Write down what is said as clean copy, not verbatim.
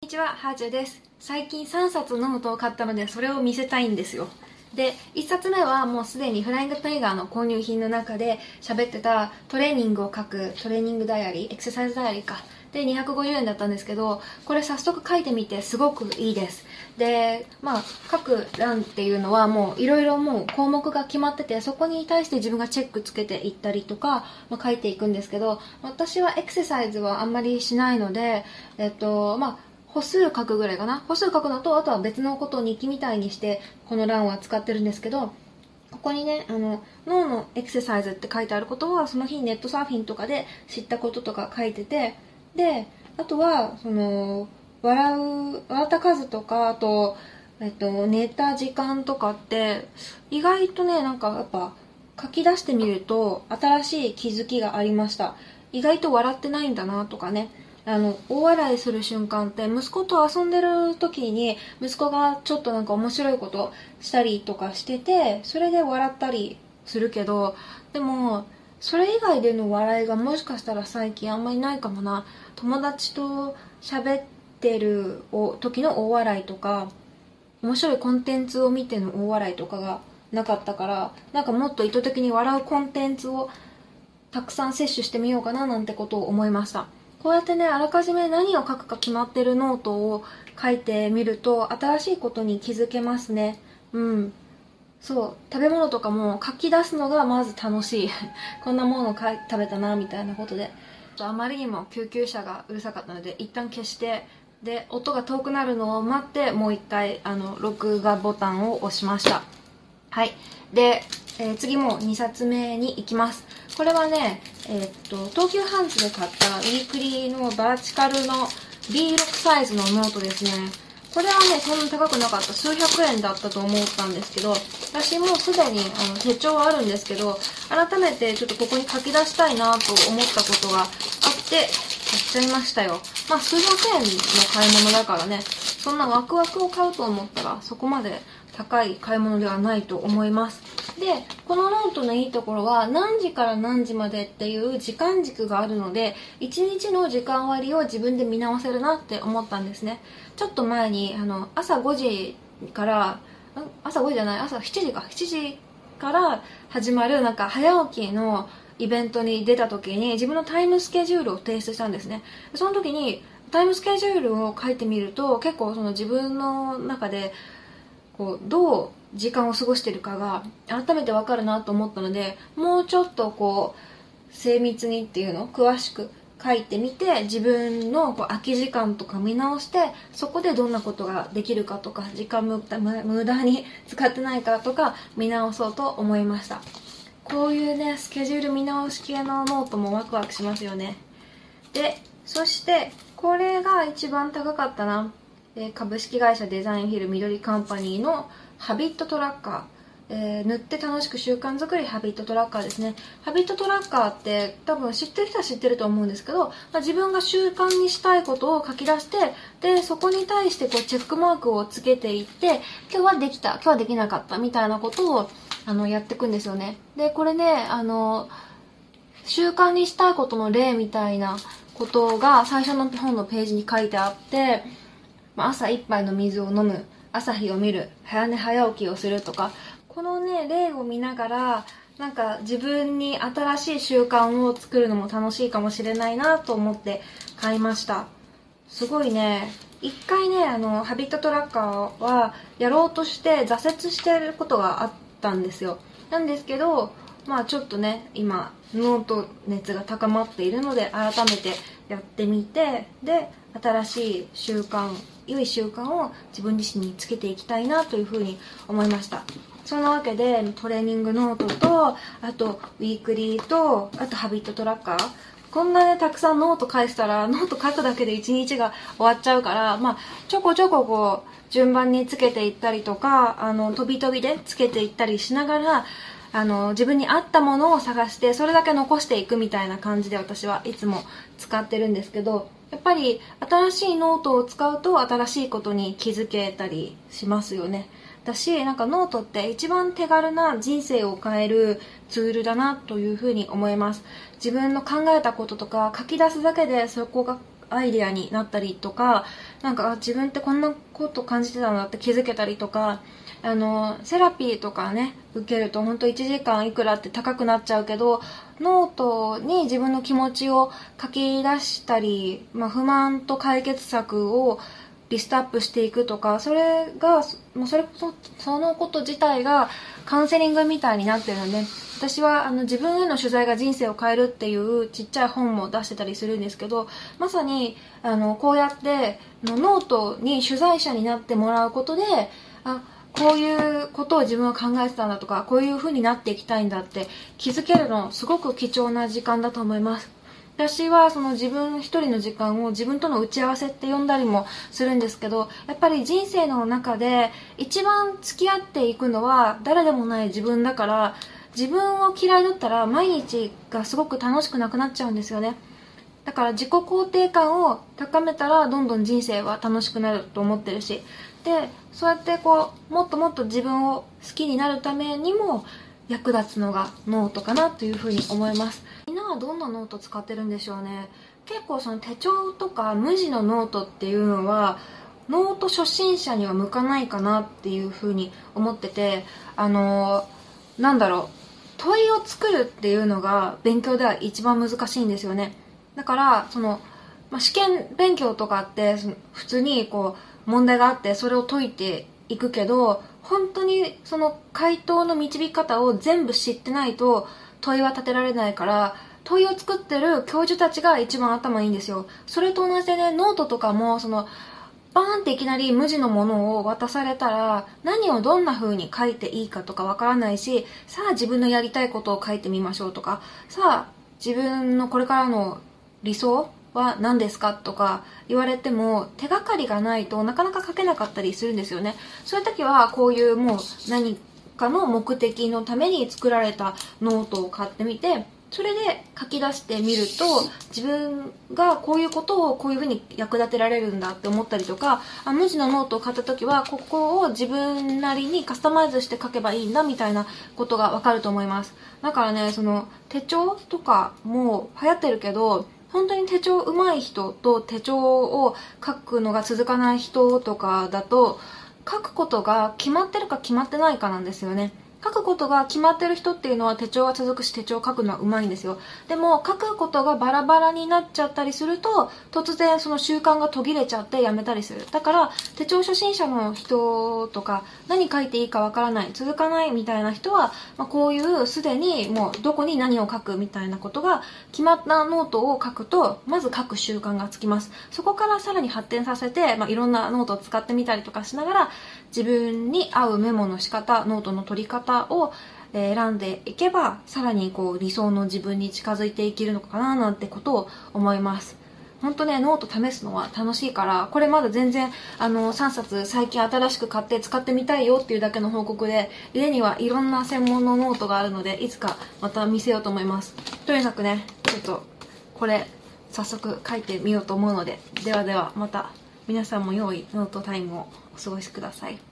ちは、ハーチューです。最近3冊ノートを買ったので、それを見せたいんですよ。で、1冊目はもうすでにフライングタイガーの購入品の中で喋ってたトレーニングを書くトレーニングダイアリー、エクササイズダイアリーか。で、250円だったんですけど、これ早速書いてみてすごくいいです。で、各欄っていうのはもういろいろもう項目が決まってて、そこに対して自分がチェックつけていったりとか、書いていくんですけど、私はエクササイズはあんまりしないので、歩数書くぐらいかな。歩数書くのと、あとは別のことを日記みたいにして、この欄は使ってるんですけど、ここにね、脳のエクササイズって書いてあることは、その日ネットサーフィンとかで知ったこととか書いてて、で、あとは、笑った数とか、あと、寝た時間とかって、意外とね、やっぱ、書き出してみると、新しい気づきがありました。意外と笑ってないんだなとかね。大笑いする瞬間って息子と遊んでる時に息子がちょっと面白いことしたりとかしてて、それで笑ったりするけど、でもそれ以外での笑いがもしかしたら最近あんまりないかもな。友達と喋ってる時の大笑いとか、面白いコンテンツを見ての大笑いとかがなかったから、もっと意図的に笑うコンテンツをたくさん摂取してみようかななんてことを思いました。こうやってね、あらかじめ何を書くか決まってるノートを書いてみると、新しいことに気づけますね。そう、食べ物とかも書き出すのがまず楽しい。こんなものを食べたな、みたいなことで。あまりにも救急車がうるさかったので、一旦消して、で、音が遠くなるのを待って、もう一回、録画ボタンを押しました。はい。で、次も2冊目に行きます。これはね、東急ハンズで買ったウィークリーのバーチカルの B6 サイズのノートですね。これはね、そんなに高くなかった。数百円だったと思ったんですけど、私もうすでに手帳はあるんですけど、改めてちょっとここに書き出したいなと思ったことがあって、やっちゃいましたよ。数百円の買い物だからね、そんなワクワクを買うと思ったらそこまで高い買い物ではないと思います。で、このノートのいいところは何時から何時までっていう時間軸があるので、1日の時間割を自分で見直せるなって思ったんですね。ちょっと前に朝5時から朝5時じゃない、朝7時か、7時から始まる早起きのイベントに出た時に自分のタイムスケジュールを提出したんですね。その時にタイムスケジュールを書いてみると、結構自分の中でどう時間を過ごしているかが改めて分かるなと思ったので、もうちょっと精密にっていうのを詳しく書いてみて、自分の空き時間とか見直して、そこでどんなことができるかとか、時間無駄に使ってないかとか見直そうと思いました。こういうね、スケジュール見直し系のノートもワクワクしますよね。で、そしてこれが一番高かったな。株式会社デザインヒル緑カンパニーのハビットトラッカー、塗って楽しく習慣作りハビットトラッカーですね。ハビットトラッカーって多分知ってる人は知ってると思うんですけど、自分が習慣にしたいことを書き出して、でそこに対してチェックマークをつけていって、今日はできた、今日はできなかったみたいなことをやっていくんですよね。でこれね、習慣にしたいことの例みたいなことが最初の本のページに書いてあって、朝一杯の水を飲む、朝日を見る、早寝早起きをするとか、このね例を見ながら自分に新しい習慣を作るのも楽しいかもしれないなと思って買いました。すごいね。一回ね、ハビットトラッカーはやろうとして挫折してることがあったんですよ。なんですけど、ちょっとね、今ノート熱が高まっているので改めてやってみて、で新しい習慣、良い習慣を自分自身につけていきたいなというふうに思いました。そんなわけでトレーニングノートと、あとウィークリーと、あとハビットトラッカー、こんなねたくさんノート書いてたら、ノート書くだけで1日が終わっちゃうから、ちょこちょこ順番につけていったりとか、飛び飛びでつけていったりしながら、自分に合ったものを探して、それだけ残していくみたいな感じで私はいつも使ってるんですけど、やっぱり新しいノートを使うと新しいことに気づけたりしますよね。だし、ノートって一番手軽な人生を変えるツールだなというふうに思います。自分の考えたこととか書き出すだけでそこがアイデアになったりとか、 なんか自分ってこんなこと感じてたんだって気づけたりとか、セラピーとかね受けると本当1時間いくらって高くなっちゃうけど、ノートに自分の気持ちを書き出したり、不満と解決策をリストアップしていくとか、それがもうそのこと自体がカウンセリングみたいになってるので、私は自分への取材が人生を変えるっていうちっちゃい本も出してたりするんですけど、まさにこうやってノートに取材者になってもらうことで、こういうことを自分は考えてたんだとか、こういう風になっていきたいんだって気づけるのすごく貴重な時間だと思います。私はその自分一人の時間を自分との打ち合わせって呼んだりもするんですけど、やっぱり人生の中で一番付き合っていくのは誰でもない自分だから、自分を嫌いだったら毎日がすごく楽しくなくなっちゃうんですよね。だから自己肯定感を高めたらどんどん人生は楽しくなると思ってるし、でそうやってもっともっと自分を好きになるためにも役立つのがノートかなというふうに思います。みんなはどんなノート使ってるんでしょうね。結構その手帳とか無地のノートっていうのはノート初心者には向かないかなっていうふうに思ってて、なんだろう、問いを作るっていうのが勉強では一番難しいんですよね。だから試験勉強とかって普通に問題があってそれを解いていくけど、本当にその回答の導き方を全部知ってないと問いは立てられないから、問いを作ってる教授たちが一番頭いいんですよ。それと同じでね、ノートとかもバーンっていきなり無地のものを渡されたら何をどんな風に書いていいかとかわからないし、さあ自分のやりたいことを書いてみましょうとか、さあ自分のこれからの理想は何ですかとか言われても手がかりがないとなかなか書けなかったりするんですよね。そういう時はこういうもう何かの目的のために作られたノートを買ってみて、それで書き出してみると自分がこういうことをこういうふうに役立てられるんだって思ったりとか、無地のノートを買った時はここを自分なりにカスタマイズして書けばいいんだみたいなことがわかると思います。だからね、手帳とかも流行ってるけど、本当に手帳上手い人と手帳を書くのが続かない人とかだと、書くことが決まってるか決まってないかなんですよね。書くことが決まってる人っていうのは手帳が続くし、手帳を書くのは上手いんですよ。でも書くことがバラバラになっちゃったりすると、突然その習慣が途切れちゃってやめたりする。だから手帳初心者の人とか、何書いていいかわからない、続かないみたいな人は、こういうすでにもうどこに何を書くみたいなことが決まったノートを書くと、まず書く習慣がつきます。そこからさらに発展させて、いろんなノートを使ってみたりとかしながら、自分に合うメモの仕方、ノートの取り方を選んでいけば、さらに理想の自分に近づいていけるのかななんてことを思います。本当ね、ノート試すのは楽しいから、これまだ全然3冊最近新しく買って使ってみたいよっていうだけの報告で、家にはいろんな専門のノートがあるので、いつかまた見せようと思います。とにかくね、ちょっとこれ早速書いてみようと思うので、ではではまた皆さんも良いノートタイムをお過ごしください。